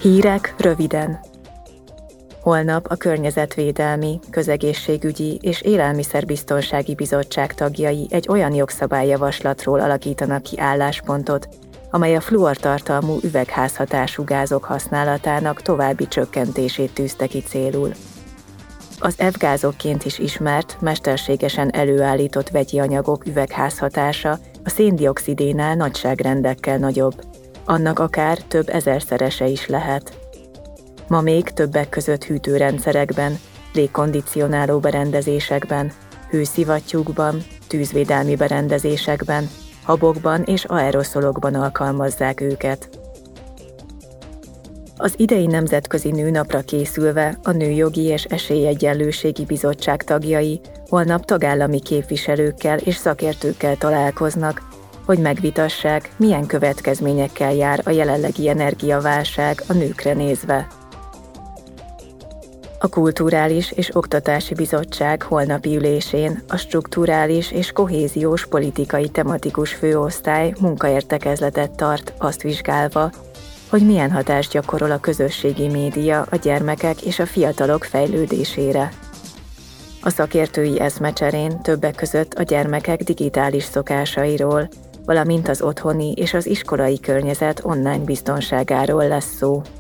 Hírek röviden. Holnap a Környezetvédelmi, Közegészségügyi és Élelmiszerbiztonsági Bizottság tagjai egy olyan jogszabályjavaslatról alakítanak ki álláspontot, amely a fluortartalmú üvegházhatású gázok használatának további csökkentését tűzte ki célul. Az F-gázokként is ismert, mesterségesen előállított vegyi anyagok üvegházhatása a szén-dioxidénál nagyságrendekkel nagyobb, annak akár több ezerszerese is lehet. Ma még többek között hűtőrendszerekben, légkondicionáló berendezésekben, hőszivattyúkban, tűzvédelmi berendezésekben, habokban és aeroszolokban alkalmazzák őket. Az idei Nemzetközi Nőnapra készülve a Nőjogi és Esélyegyenlőségi Bizottság tagjai holnap tagállami képviselőkkel és szakértőkkel találkoznak, hogy megvitassák, milyen következményekkel jár a jelenlegi energiaválság a nőkre nézve. A Kulturális és Oktatási Bizottság holnapi ülésén a Strukturális és Kohéziós Politikai Tematikus Főosztály munkaértekezletet tart, azt vizsgálva, hogy milyen hatást gyakorol a közösségi média a gyermekek és a fiatalok fejlődésére. A szakértői eszmecserén többek között a gyermekek digitális szokásairól, valamint az otthoni és az iskolai környezet online biztonságáról lesz szó.